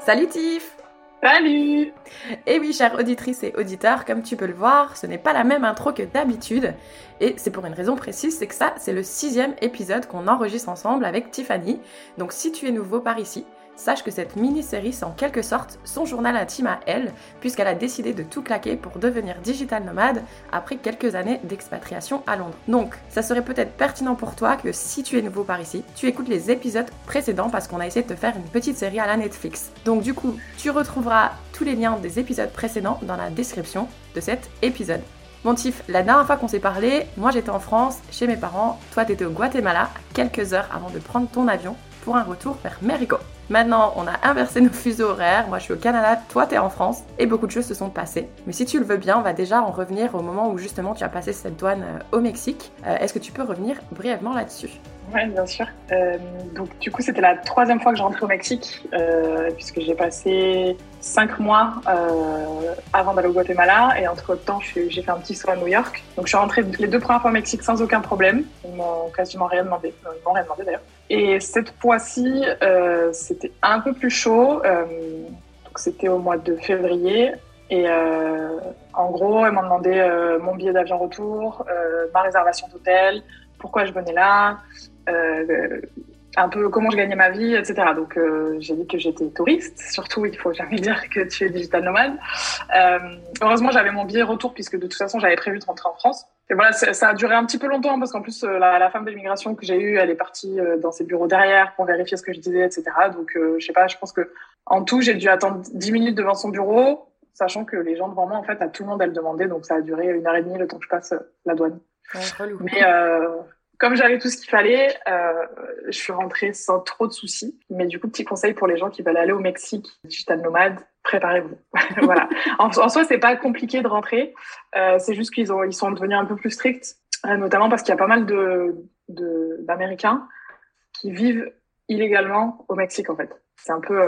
Salut Tiff! Salut! Et oui, chères auditrices et auditeurs, comme tu peux le voir, ce n'est pas la même intro que d'habitude. Et c'est pour une raison précise, c'est que ça, c'est le 6e épisode qu'on enregistre ensemble avec Tiffany. Donc si tu es nouveau par ici, sache que cette mini-série, c'est en quelque sorte son journal intime à elle, puisqu'elle a décidé de tout claquer pour devenir digital nomade après quelques années d'expatriation à Londres. Donc, ça serait peut-être pertinent pour toi que si tu es nouveau par ici, tu écoutes les épisodes précédents parce qu'on a essayé de te faire une petite série à la Netflix. Donc du coup, tu retrouveras tous les liens des épisodes précédents dans la description de cet épisode. Mon Tiff, la dernière fois qu'on s'est parlé, moi j'étais en France, chez mes parents, toi t'étais au Guatemala, à quelques heures avant de prendre ton avion pour un retour vers Mexico. Maintenant, on a inversé nos fuseaux horaires, moi je suis au Canada, toi t'es en France, et beaucoup de choses se sont passées. Mais si tu le veux bien, on va déjà en revenir au moment où justement tu as passé cette douane au Mexique. Est-ce que tu peux revenir brièvement là-dessus ? Oui, bien sûr. Donc, du coup, c'était la 3e fois que je rentrais au Mexique, puisque j'ai passé 5 mois avant d'aller au Guatemala. Et entre-temps, j'ai fait un petit saut à New York. Donc, je suis rentrée les 2 premières fois au Mexique sans aucun problème. Ils m'ont quasiment rien demandé. Ils m'ont rien demandé d'ailleurs. Et cette fois-ci, c'était un peu plus chaud. Donc, c'était au mois de février. Et en gros, ils m'ont demandé mon billet d'avion retour, ma réservation d'hôtel, pourquoi je venais là, un peu comment je gagnais ma vie, etc. Donc j'ai dit que j'étais touriste, surtout il faut jamais dire que tu es digital nomade. Heureusement j'avais mon billet retour puisque de toute façon j'avais prévu de rentrer en France. Et voilà, ça a duré un petit peu longtemps parce qu'en plus la femme de l'immigration que j'ai eue, elle est partie dans ses bureaux derrière pour vérifier ce que je disais, etc. Donc je sais pas, je pense que en tout j'ai dû attendre 10 minutes devant son bureau, sachant que les gens devant moi en fait à tout le monde elle demandait, donc ça a duré 1h30 le temps que je passe la douane. Ouais, relou. Mais comme j'avais tout ce qu'il fallait, je suis rentrée sans trop de soucis. Mais du coup, petit conseil pour les gens qui veulent aller au Mexique, digital nomade, préparez-vous. Voilà. En soi, c'est pas compliqué de rentrer. C'est juste ils sont devenus un peu plus stricts, notamment parce qu'il y a pas mal d'Américains qui vivent illégalement au Mexique, en fait. C'est un peu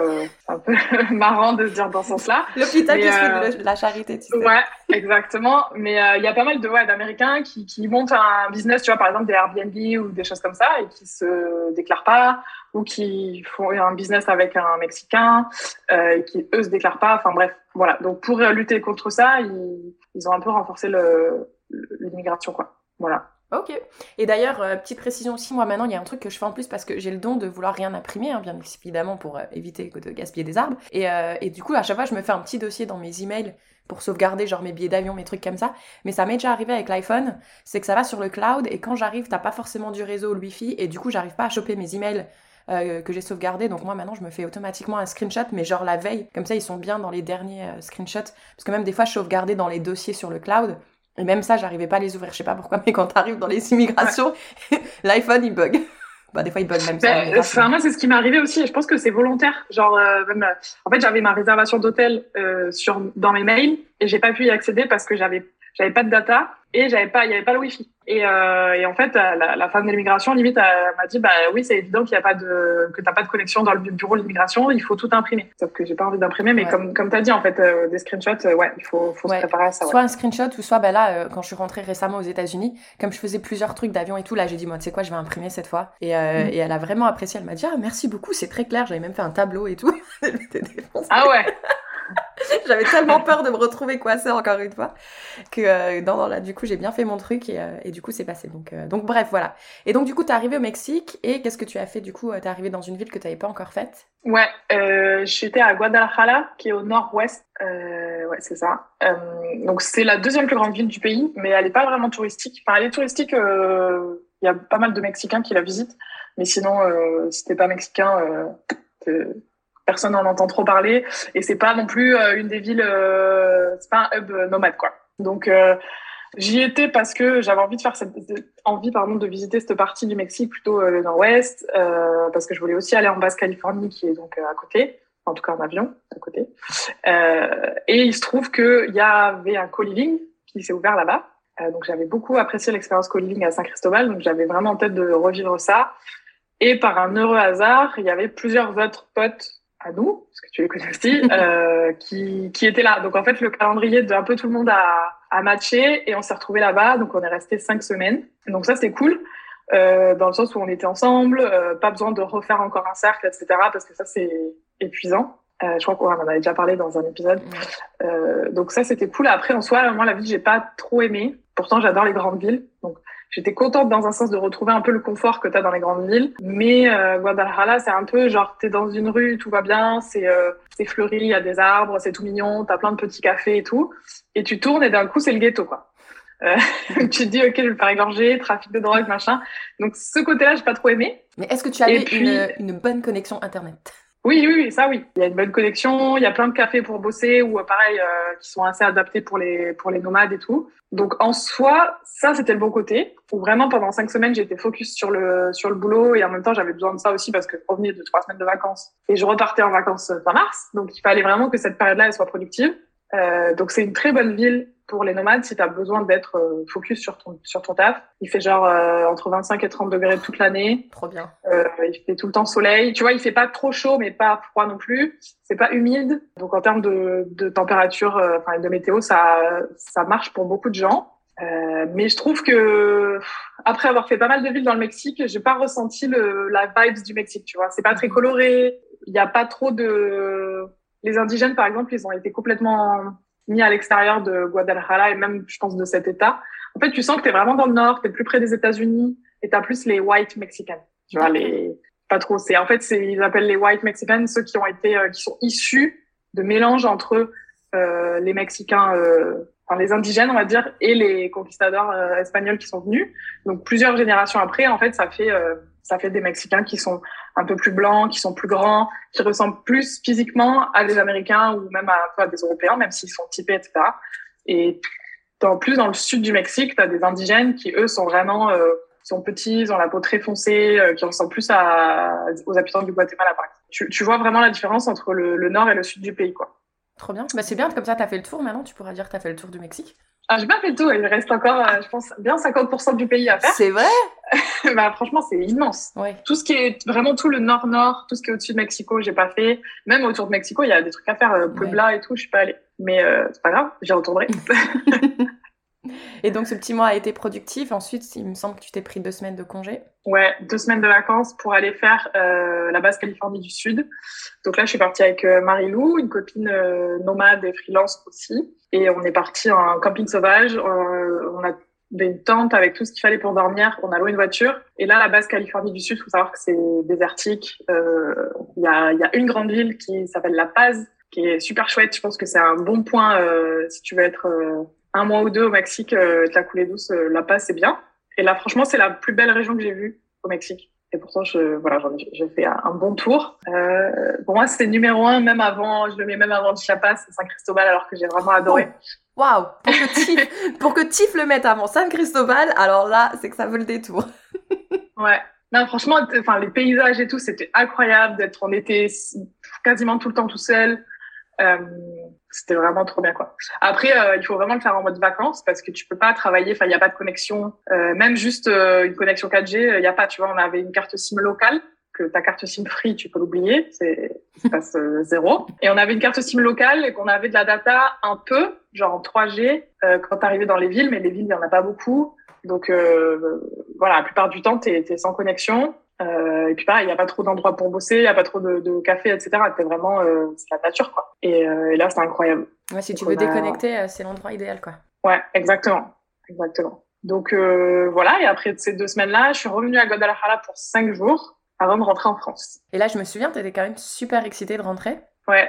marrant de se dire dans ce sens-là. L'hôpital qui se fait de la charité, tu sais. Ouais, exactement. Mais il y a pas mal d'Américains qui montent un business, tu vois, par exemple des Airbnb ou des choses comme ça, et qui se déclarent pas, ou qui font un business avec un Mexicain, et qui eux se déclarent pas. Enfin bref, voilà. Donc pour lutter contre ça, ils ont un peu renforcé l'immigration, quoi. Voilà. Ok. Et d'ailleurs, petite précision aussi, moi maintenant, il y a un truc que je fais en plus parce que j'ai le don de vouloir rien imprimer, hein, bien évidemment, pour éviter de gaspiller des arbres. Et du coup, à chaque fois, je me fais un petit dossier dans mes emails pour sauvegarder genre mes billets d'avion, mes trucs comme ça. Mais ça m'est déjà arrivé avec l'iPhone, c'est que ça va sur le cloud et quand j'arrive, t'as pas forcément du réseau ou le Wi-Fi et du coup, j'arrive pas à choper mes emails que j'ai sauvegardés. Donc moi, maintenant, je me fais automatiquement un screenshot, mais genre la veille. Comme ça, ils sont bien dans les derniers screenshots. Parce que même des fois, je sauvegardais dans les dossiers sur le cloud. Et même ça, j'arrivais pas à les ouvrir, je sais pas pourquoi, mais quand t'arrives dans les immigrations, ouais. L'iPhone, il bug. Bah, des fois, il bug même ça. Moi, c'est ce qui m'est arrivé aussi, et je pense que c'est volontaire. Genre, en fait, j'avais ma réservation d'hôtel dans mes mails, et j'ai pas pu y accéder parce que j'avais pas de data, et il y avait pas le Wi-Fi. Et en fait, la femme de l'immigration, limite, elle m'a dit, bah oui, c'est évident que t'as pas de connexion dans le bureau de l'immigration, il faut tout imprimer. Sauf que j'ai pas envie d'imprimer, mais ouais. comme t'as dit, en fait, des screenshots, ouais, il faut se préparer à ça. Soit un screenshot, ou soit, là, quand je suis rentrée récemment aux États-Unis, comme je faisais plusieurs trucs d'avion et tout, là, j'ai dit, moi, tu sais quoi, je vais imprimer cette fois. Et elle a vraiment apprécié, elle m'a dit, ah, merci beaucoup, c'est très clair, j'avais même fait un tableau et tout. Je m'étais défoncée. Ah ouais. J'avais tellement peur de me retrouver coincée encore une fois que là, du coup j'ai bien fait mon truc et du coup c'est passé. Donc bref, voilà. Et donc du coup t'es arrivée au Mexique et qu'est-ce que tu as fait du coup? T'es arrivée dans une ville que t'avais pas encore faite? Ouais, j'étais à Guadalajara qui est au nord-ouest. Ouais, c'est ça. Donc c'est la 2e plus grande ville du pays, mais elle est pas vraiment touristique. Enfin, elle est touristique. Il y a pas mal de Mexicains qui la visitent, mais sinon si t'es pas mexicain, personne n'en entend trop parler et c'est pas non plus une des villes, c'est pas un hub nomade quoi. Donc j'y étais parce que j'avais envie de visiter cette partie du Mexique, plutôt le nord-ouest, parce que je voulais aussi aller en Basse-Californie qui est donc à côté, en tout cas en avion à côté. Et il se trouve que il y avait un co-living qui s'est ouvert là-bas. Donc j'avais beaucoup apprécié l'expérience co-living à Saint-Christobal, donc j'avais vraiment en tête de revivre ça. Et par un heureux hasard, il y avait plusieurs autres potes à nous, parce que tu les connais aussi, qui étaient là. Donc en fait, le calendrier de un peu tout le monde a matché et on s'est retrouvés là-bas. Donc on est resté 5 semaines. Donc ça, c'est cool. Dans le sens où on était ensemble, pas besoin de refaire encore un cercle, etc. parce que ça, c'est épuisant. Je crois qu'on en avait déjà parlé dans un épisode. Donc ça, c'était cool. Après, en soi, moi, la ville, j'ai pas trop aimé. Pourtant, j'adore les grandes villes. Donc, j'étais contente dans un sens de retrouver un peu le confort que t'as dans les grandes villes. Mais Guadalajara, c'est un peu genre, t'es dans une rue, tout va bien, c'est fleuri, il y a des arbres, c'est tout mignon, t'as plein de petits cafés et tout. Et tu tournes et d'un coup, c'est le ghetto, quoi. Tu te dis, ok, je vais me faire égorger, trafic de drogue, machin. Donc, ce côté-là, j'ai pas trop aimé. Mais est-ce que tu avais puis, une bonne connexion Internet? Oui, ça oui. Il y a une bonne connexion, il y a plein de cafés pour bosser ou pareil, qui sont assez adaptés pour les nomades et tout. Donc en soi, ça c'était le bon côté. Où vraiment pendant 5 semaines, j'ai été focus sur le boulot et en même temps j'avais besoin de ça aussi parce que je revenais de 3 semaines de vacances et je repartais en vacances fin mars. Donc il fallait vraiment que cette période-là elle soit productive. Donc c'est une très bonne ville pour les nomades si tu as besoin d'être focus sur ton taf. Il fait genre entre 25 et 30 degrés toute l'année. Trop bien. Il fait tout le temps soleil. Tu vois, il fait pas trop chaud mais pas froid non plus. C'est pas humide. Donc en termes de température, enfin de météo, ça marche pour beaucoup de gens. Mais je trouve que après avoir fait pas mal de villes dans le Mexique, j'ai pas ressenti la vibes du Mexique, tu vois. C'est pas très coloré. Il y a pas trop de... Les indigènes, par exemple, ils ont été complètement mis à l'extérieur de Guadalajara et même, je pense, de cet État. En fait, tu sens que t'es vraiment dans le nord, t'es plus près des États-Unis et t'as plus les white mexicains. Tu vois, pas trop. Ils appellent les white mexicains ceux qui sont issus de mélange entre les Mexicains, enfin les indigènes, on va dire, et les conquistadors espagnols qui sont venus. Donc plusieurs générations après, en fait, ça fait des Mexicains qui sont un peu plus blancs, qui sont plus grands, qui ressemblent plus physiquement à des Américains ou même à des Européens, même s'ils sont typés, etc. Et en plus, dans le sud du Mexique, tu as des indigènes qui, eux, sont vraiment sont petits, ils ont la peau très foncée, qui ressemblent plus aux habitants du Guatemala, par exemple. Tu vois vraiment la différence entre le nord et le sud du pays, quoi. Trop bien. Bah, c'est bien, comme ça, t'as fait le tour. Maintenant, tu pourras dire que t'as fait le tour du Mexique. Ah, j'ai pas fait le tour. Il reste encore, je pense, bien 50% du pays à faire. C'est vrai? Bah, franchement, c'est immense. Ouais. Tout ce qui est vraiment tout le nord-nord, tout ce qui est au-dessus de Mexico, j'ai pas fait. Même autour de Mexico, il y a des trucs à faire. Puebla et tout, je suis pas allée. Mais c'est pas grave, j'y retournerai. Et donc, ce petit mois a été productif. Ensuite, il me semble que tu t'es pris 2 semaines de congé. Ouais, 2 semaines de vacances pour aller faire la Basse-Californie du Sud. Donc là, je suis partie avec Marie-Lou, une copine nomade et freelance aussi. Et on est parti en camping sauvage. On a une tente avec tout ce qu'il fallait pour dormir. On a loué une voiture. Et là, la Basse-Californie du Sud, faut savoir que c'est désertique. Il y a une grande ville qui s'appelle La Paz, qui est super chouette. Je pense que c'est un bon point si tu veux être 1 mois ou 2 au Mexique, de la coulée douce. La Paz, c'est bien. Et là, franchement, c'est la plus belle région que j'ai vue au Mexique. Et pourtant, j'ai fait un bon tour. Pour moi, c'était numéro 1, même avant, je le mets même avant Chiapas et San Cristobal, alors que j'ai vraiment adoré. Waouh! Pour que Tiff le mette avant San Cristobal, alors là, c'est que ça vaut le détour. Ouais. Non, franchement, enfin, les paysages et tout, c'était incroyable d'être en été quasiment tout le temps tout seul. C'était vraiment trop bien, quoi. Après, il faut vraiment le faire en mode vacances parce que tu peux pas travailler, enfin, il y a pas de connexion, même juste une connexion 4G, il y a pas, tu vois, on avait une carte SIM locale, que ta carte SIM free, tu peux l'oublier, ça passe 0. Et on avait une carte SIM locale et qu'on avait de la data un peu, genre en 3G, quand t'arrivais dans les villes, mais les villes, il y en a pas beaucoup. Donc, voilà, la plupart du temps, t'es sans connexion. Et puis pareil, il n'y a pas trop d'endroits pour bosser, il n'y a pas trop de café, etc. C'est vraiment c'est la nature, quoi. Et là, c'est incroyable. Ouais, si tu veux déconnecter, c'est l'endroit idéal, quoi. Ouais, exactement. Donc voilà, et après ces 2 semaines-là, je suis revenue à Guadalajara pour 5 jours avant de rentrer en France. Et là, je me souviens, t'étais quand même super excitée de rentrer. Ouais.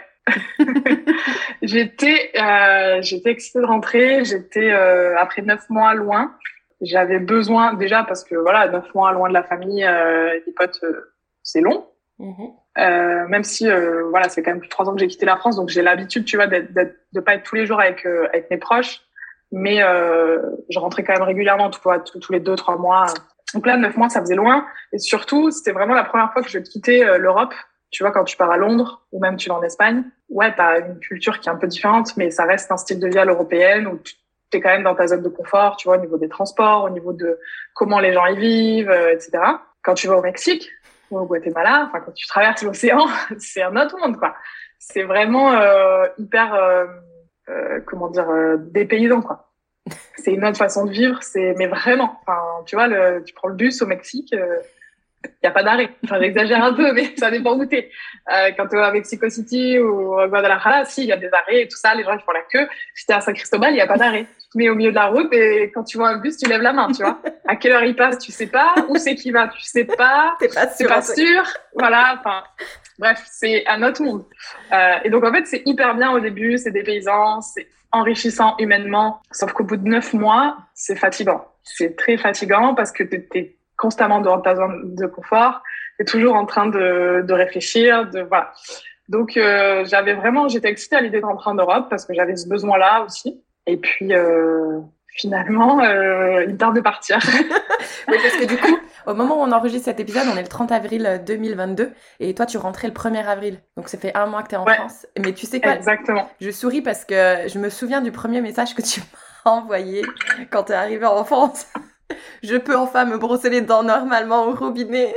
J'étais excitée de rentrer. J'étais après 9 mois loin. J'avais besoin, déjà parce que voilà, 9 mois loin de la famille et des potes, c'est long. Même si voilà, c'est quand même plus de 3 ans que j'ai quitté la France, donc j'ai l'habitude, tu vois, de pas être tous les jours avec mes proches, mais je rentrais quand même régulièrement, tous les 2-3 mois. Donc là, 9 mois, ça faisait loin, et surtout, c'était vraiment la première fois que je quittais l'Europe. Tu vois, quand tu pars à Londres ou même tu vas en Espagne, ouais, t'as une culture qui est un peu différente, mais ça reste un style de vie à l'européenne où t'es quand même dans ta zone de confort, tu vois, au niveau des transports, au niveau de comment les gens y vivent, etc. Quand tu vas au Mexique ou au Guatemala, enfin, quand tu traverses l'océan, c'est un autre monde, quoi. C'est vraiment hyper, comment dire, dépaysant, quoi. C'est une autre façon de vivre, mais vraiment. Enfin, tu vois, tu prends le bus au Mexique, Il n'y a pas d'arrêt. Enfin, j'exagère un peu, mais ça dépend où t'es. Quand t'es à Mexico City ou à Guadalajara, si, il y a des arrêts et tout ça, les gens, ils font la queue. Si t'es à San Cristobal, il n'y a pas d'arrêt. Tu te mets au milieu de la route et quand tu vois un bus, tu lèves la main, tu vois. À quelle heure il passe, tu sais pas. Où c'est qu'il va, tu sais pas. T'es pas C'est sûr. pas sûr. Voilà, enfin, bref, c'est un autre monde. Et donc, en fait, c'est hyper bien au début, c'est dépaysant, c'est enrichissant humainement. Sauf qu'au bout de 9 mois, c'est fatigant. C'est très fatigant parce que t'es constamment dans ta zone de confort, t'es toujours en train de réfléchir, voilà. Donc j'étais excitée à l'idée de rentrer en Europe parce que j'avais ce besoin-là aussi. Et puis finalement, il tarde de partir. Oui, parce que du coup, au moment où on enregistre cet épisode, on est le 30 avril 2022 et toi tu rentrais le 1er avril. Donc ça fait 1 mois que t'es en France. Mais tu sais quoi? Exactement. Je souris parce que je me souviens du premier message que tu m'as envoyé quand t'es arrivée en France. Je peux enfin me brosser les dents normalement au robinet.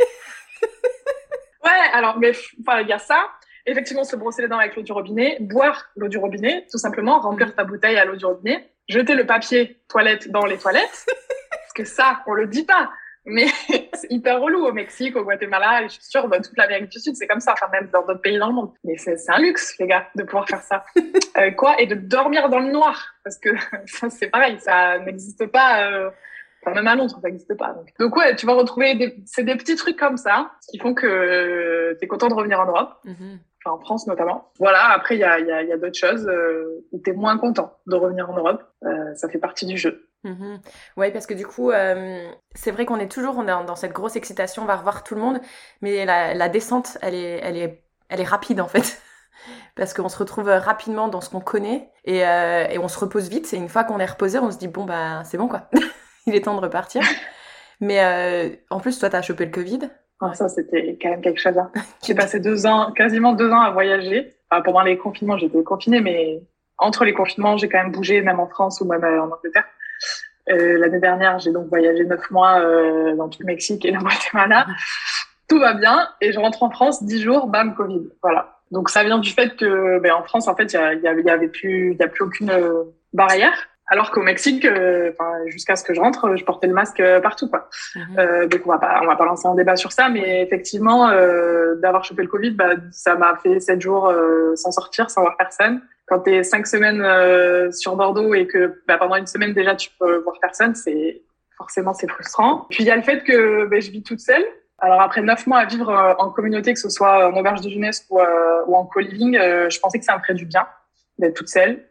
Ouais, alors, mais enfin, il y a ça. Effectivement, se brosser les dents avec l'eau du robinet, boire l'eau du robinet, tout simplement, remplir ta bouteille à l'eau du robinet, jeter le papier toilette dans les toilettes, parce que ça, on le dit pas. Mais c'est hyper relou au Mexique, au Guatemala, et je suis sûre, dans toute l'Amérique du Sud, c'est comme ça, enfin même dans d'autres pays dans le monde. Mais c'est un luxe, les gars, de pouvoir faire ça. Et de dormir dans le noir, parce que ça, c'est pareil, ça n'existe pas. Enfin, même à Londres, ça n'existe pas. Donc ouais, tu vas retrouver c'est des petits trucs comme ça qui font que t'es content de revenir en Europe. Mm-hmm. Enfin, en France notamment. Voilà, après, il y a d'autres choses où t'es moins content de revenir en Europe. Ça fait partie du jeu. Mm-hmm. Ouais, parce que du coup, c'est vrai qu'on est dans cette grosse excitation, on va revoir tout le monde, mais la descente, elle est rapide en fait. Parce qu'on se retrouve rapidement dans ce qu'on connaît et on se repose vite. Et une fois qu'on est reposé, on se dit bon bah c'est bon quoi. Il est temps de repartir. Mais en plus, toi, t'as chopé le Covid. Ouais. Ça, c'était quand même quelque chose. Hein. J'ai passé quasiment 2 ans à voyager. Enfin, pendant les confinements, j'étais confinée, mais entre les confinements, j'ai quand même bougé, même en France ou même en Angleterre. L'année dernière, j'ai donc voyagé 9 mois dans tout le Mexique et le Guatemala. Tout va bien. Et je rentre en France, 10 jours, bam, Covid. Voilà. Donc, ça vient du fait que, en France, en fait, il y a plus aucune barrière. Alors qu'au Mexique, jusqu'à ce que je rentre, je portais le masque partout, quoi. Mm-hmm. Donc on va pas lancer un débat sur ça, mais effectivement, d'avoir chopé le Covid, ça m'a fait 7 jours sans sortir, sans voir personne. Quand t'es 5 semaines sur Bordeaux et que pendant une semaine déjà tu peux voir personne, c'est frustrant. Puis il y a le fait que je vis toute seule. Alors après 9 mois à vivre en communauté, que ce soit en auberge de jeunesse ou en co-living, je pensais que ça me ferait du bien d'être toute seule.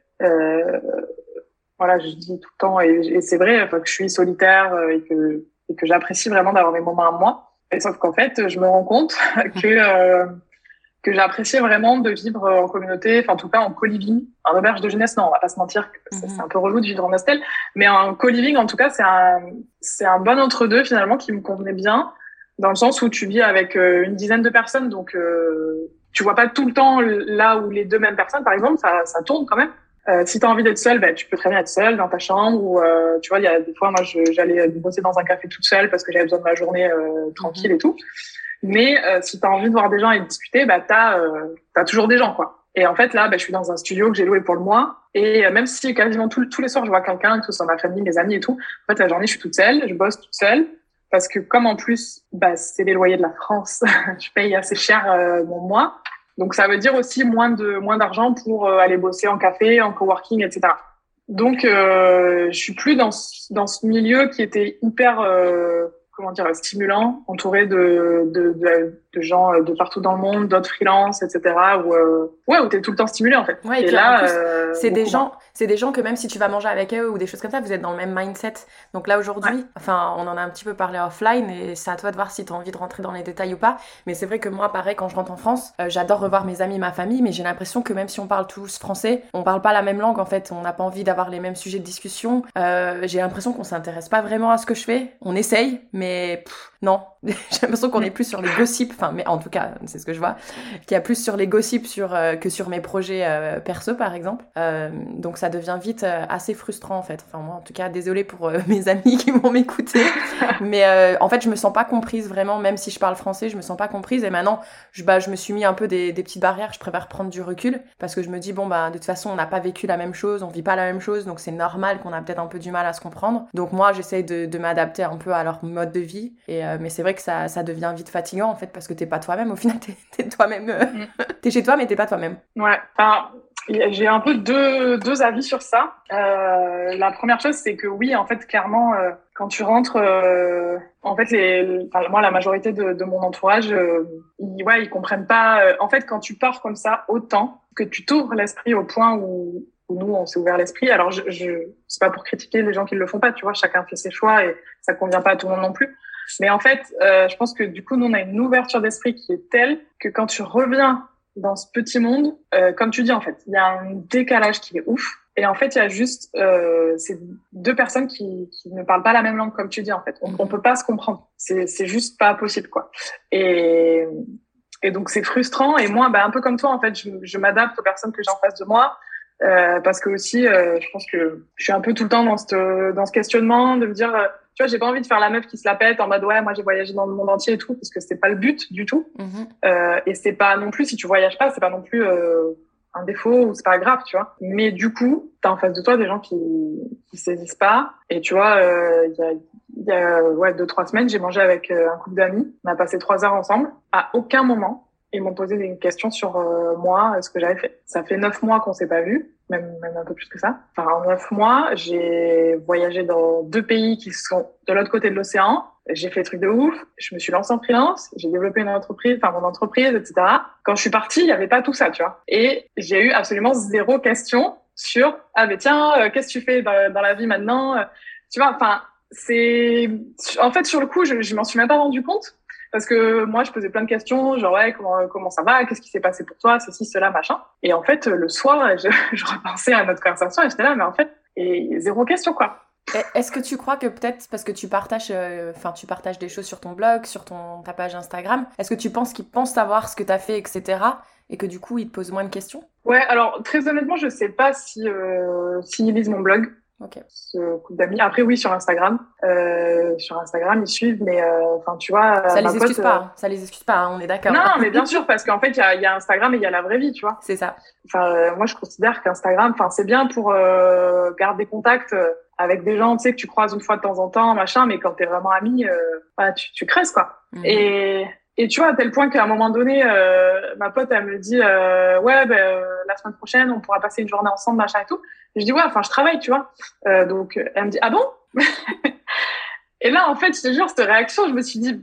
Voilà, je dis tout le temps, et c'est vrai, que je suis solitaire et que j'apprécie vraiment d'avoir mes moments à moi. Et sauf qu'en fait, je me rends compte que j'appréciais vraiment de vivre en communauté, enfin en tout cas en co-living, en auberge de jeunesse. Non, on va pas se mentir, c'est un peu relou de vivre en hostel, mais en co-living, en tout cas, c'est un bon entre-deux finalement qui me convenait bien, dans le sens où tu vis avec une dizaine de personnes, donc tu vois pas tout le temps là où les 2 mêmes personnes, par exemple, ça tourne quand même. Si tu as envie d'être seule, tu peux très bien être seule dans ta chambre ou tu vois, il y a des fois moi j'allais bosser dans un café toute seule parce que j'avais besoin de ma journée tranquille et tout. Mais si tu as envie de voir des gens et de discuter, t'as toujours des gens quoi. Et en fait là, je suis dans un studio que j'ai loué pour le mois et même si quasiment tous les soirs je vois quelqu'un, que ce soit ma famille, mes amis et tout, en fait la journée je suis toute seule, je bosse toute seule parce que comme en plus c'est les loyers de la France, je paye assez cher mon mois. Donc, ça veut dire aussi moins d'argent pour aller bosser en café, en coworking, etc. Donc, je suis plus dans ce milieu qui était hyper, stimulant, entouré de gens de partout dans le monde, d'autres freelances, etc. Où t'es tout le temps stimulé, en fait. Ouais, et là, c'est des gens que même si tu vas manger avec eux ou des choses comme ça, vous êtes dans le même mindset. Donc là, aujourd'hui, on en a un petit peu parlé offline et c'est à toi de voir si tu as envie de rentrer dans les détails ou pas. Mais c'est vrai que moi, pareil, quand je rentre en France, j'adore revoir mes amis, ma famille, mais j'ai l'impression que même si on parle tous français, on parle pas la même langue, en fait. On n'a pas envie d'avoir les mêmes sujets de discussion. J'ai l'impression qu'on s'intéresse pas vraiment à ce que je fais. On essaye, mais non. J'ai l'impression qu'on est plus sur les gossips enfin, mais en tout cas, c'est ce que je vois, qu'il y a plus sur les gossips que sur mes projets perso, par exemple. Donc ça devient vite assez frustrant, en fait. Enfin, moi, en tout cas, désolée pour mes amis qui vont m'écouter. Mais en fait, je me sens pas comprise, vraiment, même si je parle français, je me sens pas comprise. Et maintenant, je me suis mis un peu des petites barrières. Je préfère prendre du recul parce que je me dis, bon, bah, de toute façon, on n'a pas vécu la même chose, on vit pas la même chose, donc c'est normal qu'on a peut-être un peu du mal à se comprendre. Donc moi, j'essaye de m'adapter un peu à leur mode de vie. Mais c'est vrai que ça devient vite fatigant, en fait, parce que t'es pas toi-même. Au final, t'es toi-même. T'es chez toi, mais t'es pas toi-même. Ouais. Enfin, j'ai un peu deux avis sur ça. La première chose, c'est que oui, en fait, clairement, quand tu rentres, en fait, moi, la majorité de mon entourage, ils comprennent pas. En fait, quand tu pars comme ça autant, que tu t'ouvres l'esprit au point où nous, on s'est ouvert l'esprit. Alors, c'est pas pour critiquer les gens qui le font pas, tu vois, chacun fait ses choix et ça convient pas à tout le monde non plus. Mais en fait, je pense que du coup, nous, on a une ouverture d'esprit qui est telle que quand tu reviens dans ce petit monde, comme tu dis, en fait, il y a un décalage qui est ouf. Et en fait, il y a juste ces deux personnes qui ne parlent pas la même langue, comme tu dis, en fait. On peut pas se comprendre. C'est juste pas possible, quoi. Et donc, c'est frustrant. Et moi, un peu comme toi, en fait, je m'adapte aux personnes que j'ai en face de moi. Parce que aussi, je pense que je suis un peu tout le temps dans ce questionnement de me dire, tu vois, j'ai pas envie de faire la meuf qui se la pète en mode ouais, moi j'ai voyagé dans le monde entier et tout, parce que c'est pas le but du tout. Et c'est pas non plus, si tu voyages pas, c'est pas non plus un défaut ou c'est pas grave, tu vois. Mais du coup, t'as en face de toi des gens qui saisissent pas. Et tu vois, il y a 2-3 semaines, j'ai mangé avec un couple d'amis. On a passé 3 heures ensemble. À aucun moment ils m'ont posé une question sur moi, ce que j'avais fait. Ça fait 9 mois qu'on s'est pas vus, même un peu plus que ça. Enfin, en 9 mois, j'ai voyagé dans 2 pays qui sont de l'autre côté de l'océan. J'ai fait des trucs de ouf. Je me suis lancée en freelance. J'ai développé mon entreprise, etc. Quand je suis partie, il y avait pas tout ça, tu vois. Et j'ai eu absolument 0 question sur tiens, qu'est-ce que tu fais dans la vie maintenant? Tu vois, enfin, en fait, sur le coup, je m'en suis même pas rendu compte. Parce que moi, je posais plein de questions, genre ouais, comment ça va, qu'est-ce qui s'est passé pour toi, ceci, cela, machin. Et en fait, le soir, je repensais à notre conversation et j'étais là, mais en fait, et 0 question, quoi. Est-ce que tu crois que peut-être parce que tu partages des choses sur ton blog, sur ta page Instagram, est-ce que tu penses qu'ils pensent savoir ce que t'as fait, etc. et que du coup, ils te posent moins de questions? Ouais, alors très honnêtement, je sais pas s'ils lisent mon blog. Okay. Ce couple d'amis. Après, oui, sur Instagram. Sur Instagram, ils suivent, mais tu vois... Ça les excuse pas, ça les excuse pas, hein, on est d'accord. Non, mais bien sûr, parce qu'en fait, il y a Instagram et il y a la vraie vie, tu vois. C'est ça. Enfin, moi, je considère qu'Instagram, c'est bien pour garder contact avec des gens, tu sais, que tu croises une fois de temps en temps, machin, mais quand t'es vraiment ami, tu creuses, quoi. Et tu vois, à tel point qu'à un moment donné, ma pote, elle me dit, la semaine prochaine, on pourra passer une journée ensemble, machin et tout. Et je dis, ouais, je travaille, tu vois. Donc, elle me dit, ah bon? Et là, en fait, je te jure, cette réaction, je me suis dit,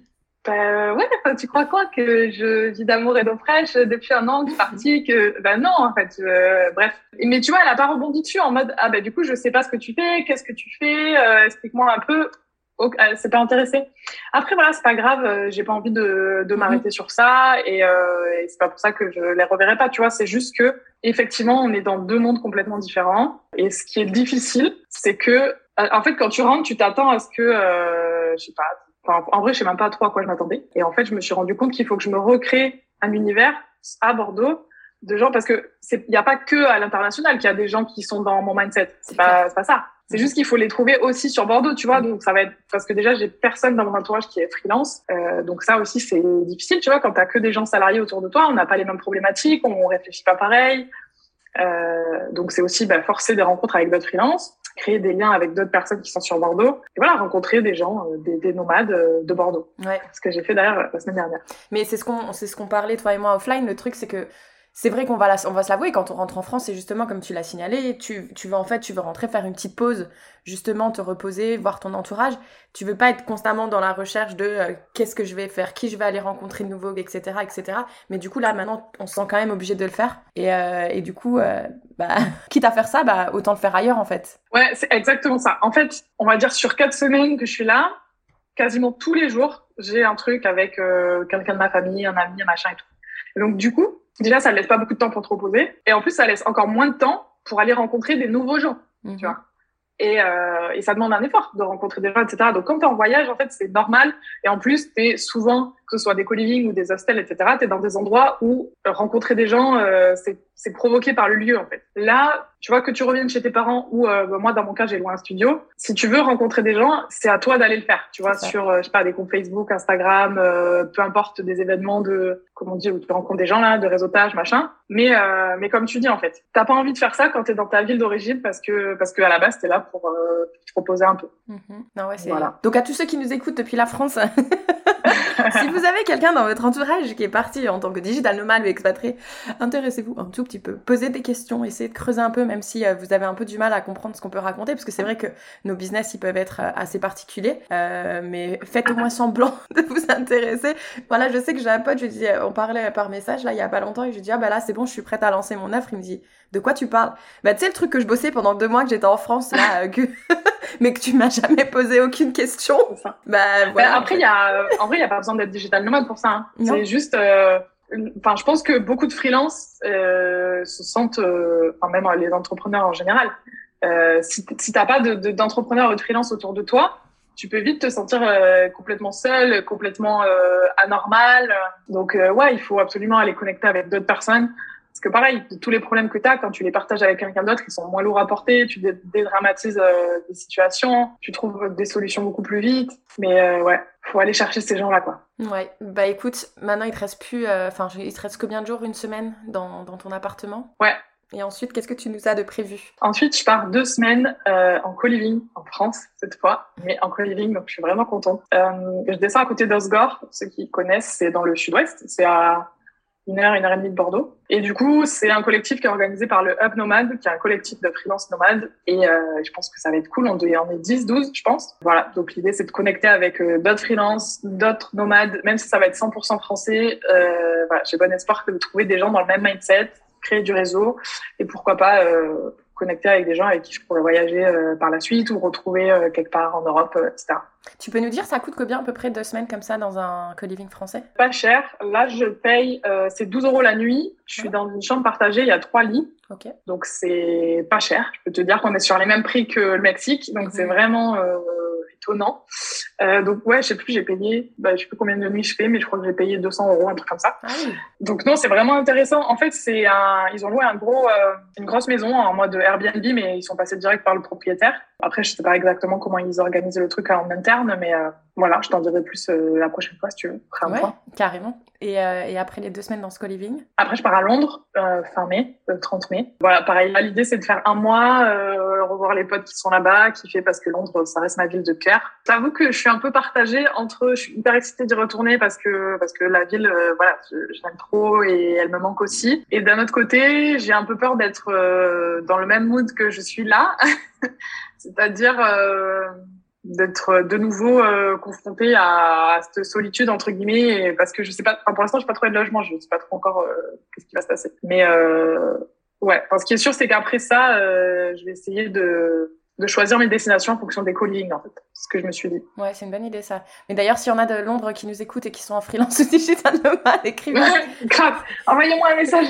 tu crois quoi? Que je vis d'amour et d'eau fraîche depuis un an que je suis partie? Non, en fait, bref. Mais tu vois, elle a pas rebondi dessus en mode, du coup, je sais pas ce que tu fais, qu'est-ce que tu fais, explique-moi un peu. Elle s'est pas intéressée. Après, voilà, c'est pas grave, j'ai pas envie de m'arrêter sur ça et c'est pas pour ça que je les reverrai pas, tu vois, c'est juste que, effectivement, on est dans 2 mondes complètement différents et ce qui est difficile, c'est que, en fait, quand tu rentres, tu t'attends à ce que, je sais pas, en vrai, je sais même pas trop à quoi je m'attendais. Et en fait, je me suis rendu compte qu'il faut que je me recrée un univers à Bordeaux de gens, parce que il y a pas que à l'international qu'il y a des gens qui sont dans mon mindset. C'est pas ça. C'est juste qu'il faut les trouver aussi sur Bordeaux, tu vois. Donc ça va être, parce que déjà j'ai personne dans mon entourage qui est freelance, donc ça aussi c'est difficile, tu vois. Quand t'as que des gens salariés autour de toi, on n'a pas les mêmes problématiques, on réfléchit pas pareil. Donc c'est aussi forcer des rencontres avec d'autres freelances, créer des liens avec d'autres personnes qui sont sur Bordeaux, et voilà, rencontrer des gens, des nomades de Bordeaux. Ouais. Ce que j'ai fait d'ailleurs la semaine dernière. Mais c'est ce qu'on parlait toi et moi offline. Le truc c'est que c'est vrai qu'on va se l'avouer, quand on rentre en France, c'est justement comme tu l'as signalé, tu veux rentrer, faire une petite pause, justement te reposer, voir ton entourage. Tu veux pas être constamment dans la recherche de qu'est-ce que je vais faire, qui je vais aller rencontrer de nouveau, etc., etc. Mais du coup, là, maintenant, on se sent quand même obligé de le faire. Et du coup, quitte à faire ça, autant le faire ailleurs, en fait. Ouais, c'est exactement ça. En fait, on va dire sur 4 semaines que je suis là, quasiment tous les jours, j'ai un truc avec quelqu'un de ma famille, un ami, un machin et tout. Et donc, du coup, déjà, ça ne laisse pas beaucoup de temps pour te reposer. Et en plus, ça laisse encore moins de temps pour aller rencontrer des nouveaux gens, tu vois. Et ça demande un effort de rencontrer des gens, etc. Donc, quand t'es en voyage, en fait, c'est normal. Et en plus, t'es souvent que ce soit des co-living ou des hostels, etc., t'es dans des endroits où rencontrer des gens, c'est provoqué par le lieu, en fait. Là, tu vois, que tu reviennes chez tes parents ou moi, dans mon cas, j'ai loué un studio. Si tu veux rencontrer des gens, c'est à toi d'aller le faire, tu vois, sur, je sais pas, des comptes Facebook, Instagram, peu importe, des événements comment on dit, où tu rencontres des gens, là, de réseautage, machin. Mais comme tu dis, en fait, t'as pas envie de faire ça quand t'es dans ta ville d'origine parce que à la base, t'es là pour te proposer un peu. Non, ouais, Voilà. Donc, à tous ceux qui nous écoutent depuis la France, si vous avez quelqu'un dans votre entourage qui est parti en tant que digital nomade ou expatrié, intéressez-vous un tout petit peu. Posez des questions, essayez de creuser un peu, même si vous avez un peu du mal à comprendre ce qu'on peut raconter, parce que c'est vrai que nos business, ils peuvent être assez particuliers, mais faites au moins semblant de vous intéresser. Voilà, je sais que j'ai un pote, on parlait par message, là, il y a pas longtemps, et je lui dis, ah bah là, c'est bon, je suis prête à lancer mon offre. Il me dit, de quoi tu parles? Bah, tu sais, le truc que je bossais pendant 2 mois, que j'étais en France, là, mais que tu m'as jamais posé aucune question. C'est ça. Bah, voilà. Après, en vrai, il y a pas besoin d'être digital nomade pour ça, hein. C'est juste, je pense que beaucoup de freelance se sentent, même les entrepreneurs en général, si t'as pas d'entrepreneurs ou de freelance autour de toi, tu peux vite te sentir complètement seul, complètement anormal. Donc ouais, il faut absolument aller connecter avec d'autres personnes. Parce que pareil, tous les problèmes que tu as, quand tu les partages avec quelqu'un d'autre, ils sont moins lourds à porter, tu dédramatises des situations, tu trouves des solutions beaucoup plus vite. Mais ouais, faut aller chercher ces gens-là, quoi. Ouais, bah écoute, maintenant il te reste plus, il te reste combien de jours, une semaine dans ton appartement? Ouais. Et ensuite, qu'est-ce que tu nous as de prévu? Ensuite, je pars 2 semaines en co-living en France cette fois, mais en co-living, donc je suis vraiment contente. Je descends à côté d'Osgore, pour ceux qui connaissent, c'est dans le sud-ouest, c'est à 1 heure et demie de Bordeaux. Et du coup, c'est un collectif qui est organisé par le Hub Nomade, qui est un collectif de freelance nomades. Et je pense que ça va être cool. On est 10, 12, je pense. Voilà. Donc, l'idée, c'est de connecter avec d'autres freelances, d'autres nomades, même si ça va être 100% français. Voilà, j'ai bon espoir de trouver des gens dans le même mindset, créer du réseau et pourquoi pas connecter avec des gens avec qui je pourrais voyager par la suite ou retrouver quelque part en Europe, etc. Tu peux nous dire, ça coûte combien à peu près 2 semaines comme ça dans un co-living français? Pas cher. Là, je paye, c'est 12 € la nuit. Je suis dans une chambre partagée, il y a 3 lits. Okay. Donc, c'est pas cher. Je peux te dire qu'on est sur les mêmes prix que le Mexique. Donc, c'est vraiment étonnant. Donc, ouais, je sais plus, j'ai payé, je sais plus combien de nuits je fais, mais je crois que j'ai payé 200 €, un truc comme ça. Ah oui. Donc, non, c'est vraiment intéressant. En fait, ils ont loué une grosse maison en mode Airbnb, mais ils sont passés direct par le propriétaire. Après, je sais pas exactement comment ils organisent le truc en interne, mais voilà, je t'en dirai plus la prochaine fois si tu veux. Ouais, carrément. Et après les 2 semaines dans ce co-living? Après, je pars à Londres fin mai, 30 mai. Voilà, pareil. L'idée, c'est de faire 1 mois, revoir les potes qui sont là-bas, kiffer parce que Londres, ça reste ma ville de cœur. J'avoue que je suis un peu partagée je suis hyper excitée d'y retourner parce que la ville, voilà, je l'aime trop et elle me manque aussi. Et d'un autre côté, j'ai un peu peur d'être dans le même mood que je suis là. C'est-à-dire d'être de nouveau confrontée à cette solitude entre guillemets parce que je sais pas, pour l'instant j'ai pas trouvé de logement, je sais pas trop encore qu'est-ce qui va se passer, mais ouais, ce qui est sûr c'est qu'après ça je vais essayer de choisir mes destinations en fonction des co-living, en fait. C'est ce que je me suis dit. Ouais, c'est une bonne idée, ça. Mais d'ailleurs, s'il y en a de Londres qui nous écoutent et qui sont en freelance ou digital nomade, écrivez. Grave. Envoyez-moi un message.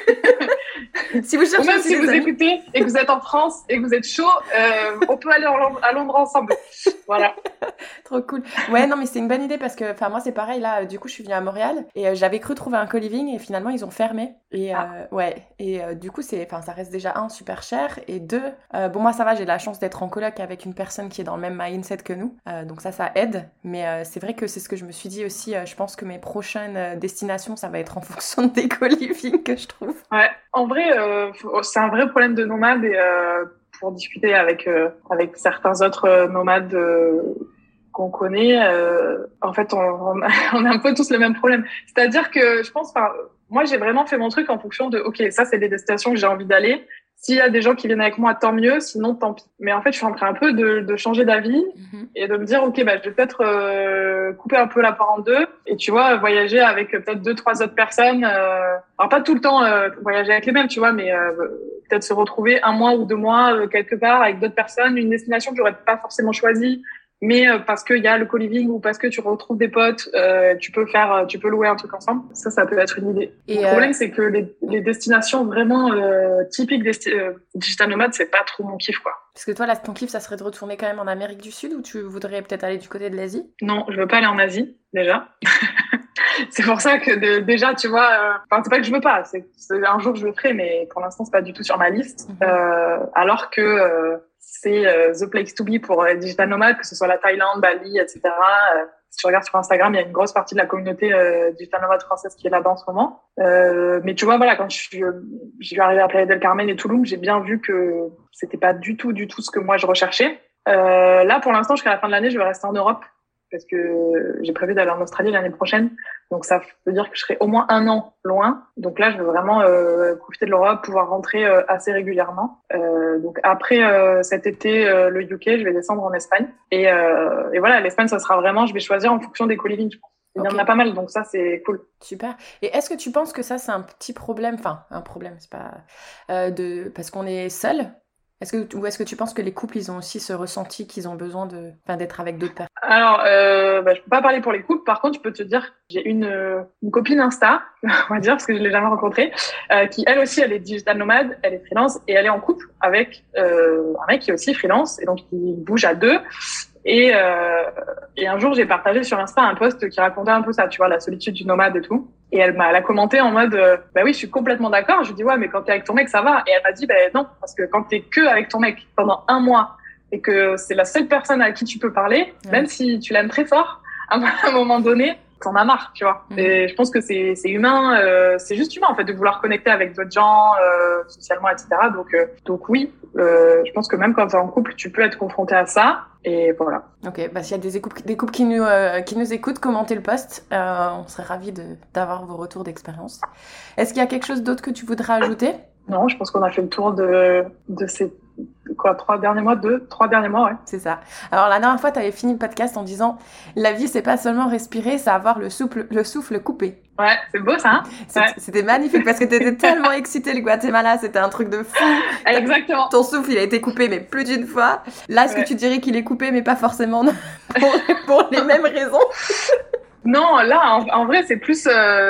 Si vous cherchez, ou même si vous écoutez et que vous êtes en France et que vous êtes chaud, on peut aller à Londres ensemble. Voilà. Trop cool. Ouais, non, mais c'est une bonne idée parce que, moi, c'est pareil, là, du coup, je suis venue à Montréal et j'avais cru trouver un co-living et finalement, ils ont fermé. Et, ouais. Et, du coup, ça reste déjà, super cher et 2, bon, moi, ça va, j'ai la chance d'être en coloc avec une personne qui est dans le même mindset que nous. Donc ça aide. Mais c'est vrai que c'est ce que je me suis dit aussi. Je pense que mes prochaines destinations, ça va être en fonction des co-living que je trouve. Ouais. En vrai, c'est un vrai problème de nomade et pour discuter avec certains autres nomades qu'on connaît, en fait, on a un peu tous le même problème. C'est-à-dire que je pense, moi, j'ai vraiment fait mon truc en fonction de, ok, ça, c'est des destinations que j'ai envie d'aller. S'il y a des gens qui viennent avec moi, tant mieux. Sinon, tant pis. Mais en fait, je suis en train un peu de changer d'avis et de me dire, ok, je vais peut-être couper un peu la part en deux et tu vois, voyager avec peut-être 2-3 autres personnes. Alors pas tout le temps voyager avec les mêmes, tu vois, mais peut-être se retrouver 1 mois ou 2 mois quelque part avec d'autres personnes, une destination que j'aurais pas forcément choisie. Mais parce qu'il y a le co-living ou parce que tu retrouves des potes, tu peux louer un truc ensemble. Ça peut être une idée. Et le problème, c'est que les destinations vraiment typiques digital nomades, c'est pas trop mon kiff, quoi. Parce que toi, là, ton kiff, ça serait de retourner quand même en Amérique du Sud ou tu voudrais peut-être aller du côté de l'Asie? Non, je veux pas aller en Asie, déjà. C'est pour ça que déjà, tu vois, c'est pas que je veux pas, c'est un jour je le ferai, mais pour l'instant, c'est pas du tout sur ma liste. Alors que c'est the place to be pour les digital nomades, que ce soit la Thaïlande, Bali, etc. Si tu regardes sur Instagram, il y a une grosse partie de la communauté digital nomade française qui est là-bas en ce moment. Mais tu vois, voilà, quand je suis arrivée à Playa del Carmen et Tulum, j'ai bien vu que c'était pas du tout ce que moi je recherchais. Là, pour l'instant, jusqu'à la fin de l'année, je vais rester en Europe parce que j'ai prévu d'aller en Australie l'année prochaine. Donc, ça veut dire que je serai au moins 1 an loin. Donc là, je veux vraiment profiter de l'Europe, pouvoir rentrer assez régulièrement. Donc après cet été, le UK, je vais descendre en Espagne. Et voilà, l'Espagne, ça sera vraiment, je vais choisir en fonction des co-living, je pense. Il y en a pas mal, donc ça, c'est cool. Super. Et est-ce que tu penses que ça, c'est un petit problème, enfin, un problème, c'est pas... parce qu'on est seul? Ou est-ce que tu penses que les couples, ils ont aussi ce ressenti qu'ils ont besoin d'être avec d'autres personnes? Alors, je peux pas parler pour les couples. Par contre, je peux te dire, j'ai une copine Insta, on va dire, parce que je l'ai jamais rencontrée, qui elle aussi, elle est digital nomade, elle est freelance et elle est en couple avec un mec qui est aussi freelance et donc il bouge à 2. Et un jour, j'ai partagé sur Insta un post qui racontait un peu ça, tu vois, la solitude du nomade et tout. Et elle a commenté en mode, bah oui, je suis complètement d'accord. Je lui dis, ouais, mais quand t'es avec ton mec, ça va. Et elle m'a dit, non, parce que quand t'es que avec ton mec pendant 1 mois et que c'est la seule personne à qui tu peux parler, même si tu l'aimes très fort, à un moment donné, t'en as marre, tu vois. Et je pense que c'est humain, c'est juste humain, en fait, de vouloir connecter avec d'autres gens, socialement, etc. Donc oui, je pense que même quand t'es en couple, tu peux être confronté à ça. Et voilà. Ok, s'il y a des couples qui nous écoutent, commentez le post. On serait ravis d'avoir vos retours d'expérience. Est-ce qu'il y a quelque chose d'autre que tu voudrais ajouter? Non, je pense qu'on a fait le tour de ces 3 derniers mois, 3 derniers mois, ouais. C'est ça. Alors la dernière fois, tu avais fini le podcast en disant la vie, c'est pas seulement respirer, c'est avoir le souffle coupé. Ouais, c'est beau ça. C'était magnifique parce que tu étais tellement excitée, le Guatemala, c'était un truc de fou. Exactement. Ton souffle, il a été coupé, mais plus d'une fois. Là, est-ce que tu dirais qu'il est coupé, mais pas forcément pour les mêmes raisons? Non, là, en vrai, c'est plus...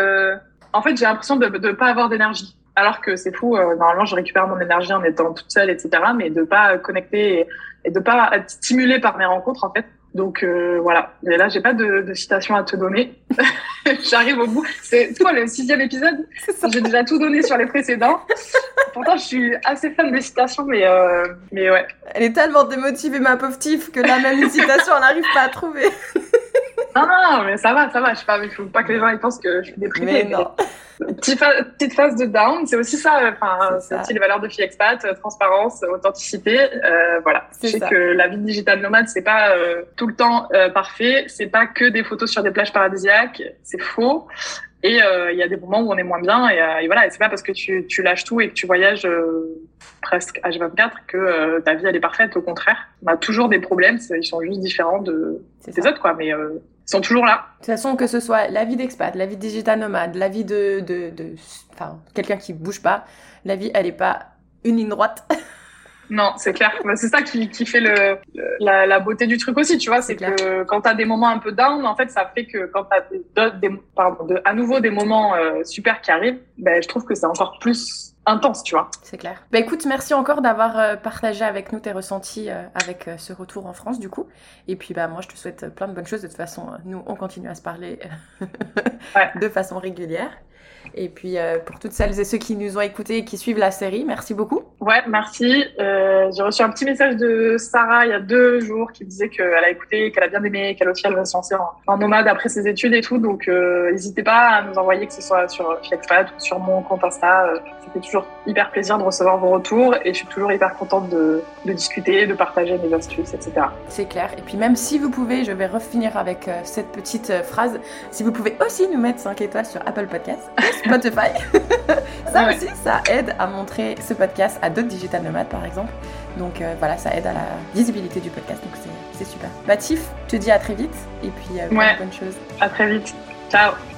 En fait, j'ai l'impression de pas avoir d'énergie. Alors que c'est fou, normalement, je récupère mon énergie en étant toute seule, etc. Mais de pas connecter et de pas être stimulée par mes rencontres, en fait. Donc, voilà. Et là, j'ai pas de citation à te donner. J'arrive au bout. C'est quoi, le 6e épisode? J'ai déjà tout donné sur les précédents. Pourtant, je suis assez fan des citations, mais ouais. Elle est tellement démotivée, ma pauvre Tiff, que là, même une citation, elle n'arrive pas à trouver. Non, mais ça va. Je sais pas, il faut pas que les gens ils pensent que je suis déprimée. Mais non. Petite phase de down, c'est aussi ça. C'est aussi les valeurs de Fille Expat, transparence, authenticité. Voilà. Je sais que la vie digital nomade, c'est pas tout le temps parfait. C'est pas que des photos sur des plages paradisiaques. C'est faux. Et il y a des moments où on est moins bien. Et voilà. Et c'est pas parce que tu lâches tout et que tu voyages presque H24 que ta vie elle est parfaite. Au contraire, on a toujours des problèmes. Ils sont juste différents des autres, quoi. Mais ils sont toujours là. De toute façon, que ce soit la vie d'expat, la vie de digital nomade, la vie de quelqu'un qui bouge pas, la vie, elle est pas une ligne droite. Non, c'est clair. C'est ça qui fait la beauté du truc aussi, tu vois. C'est que quand t'as des moments un peu down, en fait, ça fait que quand t'as à nouveau des moments super qui arrivent, je trouve que c'est encore plus intense, tu vois. C'est clair. Écoute, merci encore d'avoir partagé avec nous tes ressentis avec ce retour en France, du coup. Et puis, moi, je te souhaite plein de bonnes choses. De toute façon, nous, on continue à se parler de façon régulière. Et puis, pour toutes celles et ceux qui nous ont écoutés et qui suivent la série, merci beaucoup. Ouais, merci. J'ai reçu un petit message de Sarah il y a 2 jours qui me disait qu'elle a écouté, qu'elle a bien aimé, qu'elle aussi, elle va se lancer en nomade après ses études et tout. Donc, n'hésitez pas à nous envoyer, que ce soit sur Flexpat ou sur mon compte Insta. Ça fait toujours hyper plaisir de recevoir vos retours et je suis toujours hyper contente de discuter, de partager mes astuces, etc. C'est clair. Et puis, même si vous pouvez, je vais refinir avec cette petite phrase, si vous pouvez aussi nous mettre 5 étoiles sur Apple Podcasts, Spotify. Ça aussi, ça aide à montrer ce podcast à d'autres digital nomades, par exemple. Donc voilà, ça aide à la visibilité du podcast. Donc c'est super. Tiff, je te dis à très vite. Et puis bonne chose. À très vite. Ciao.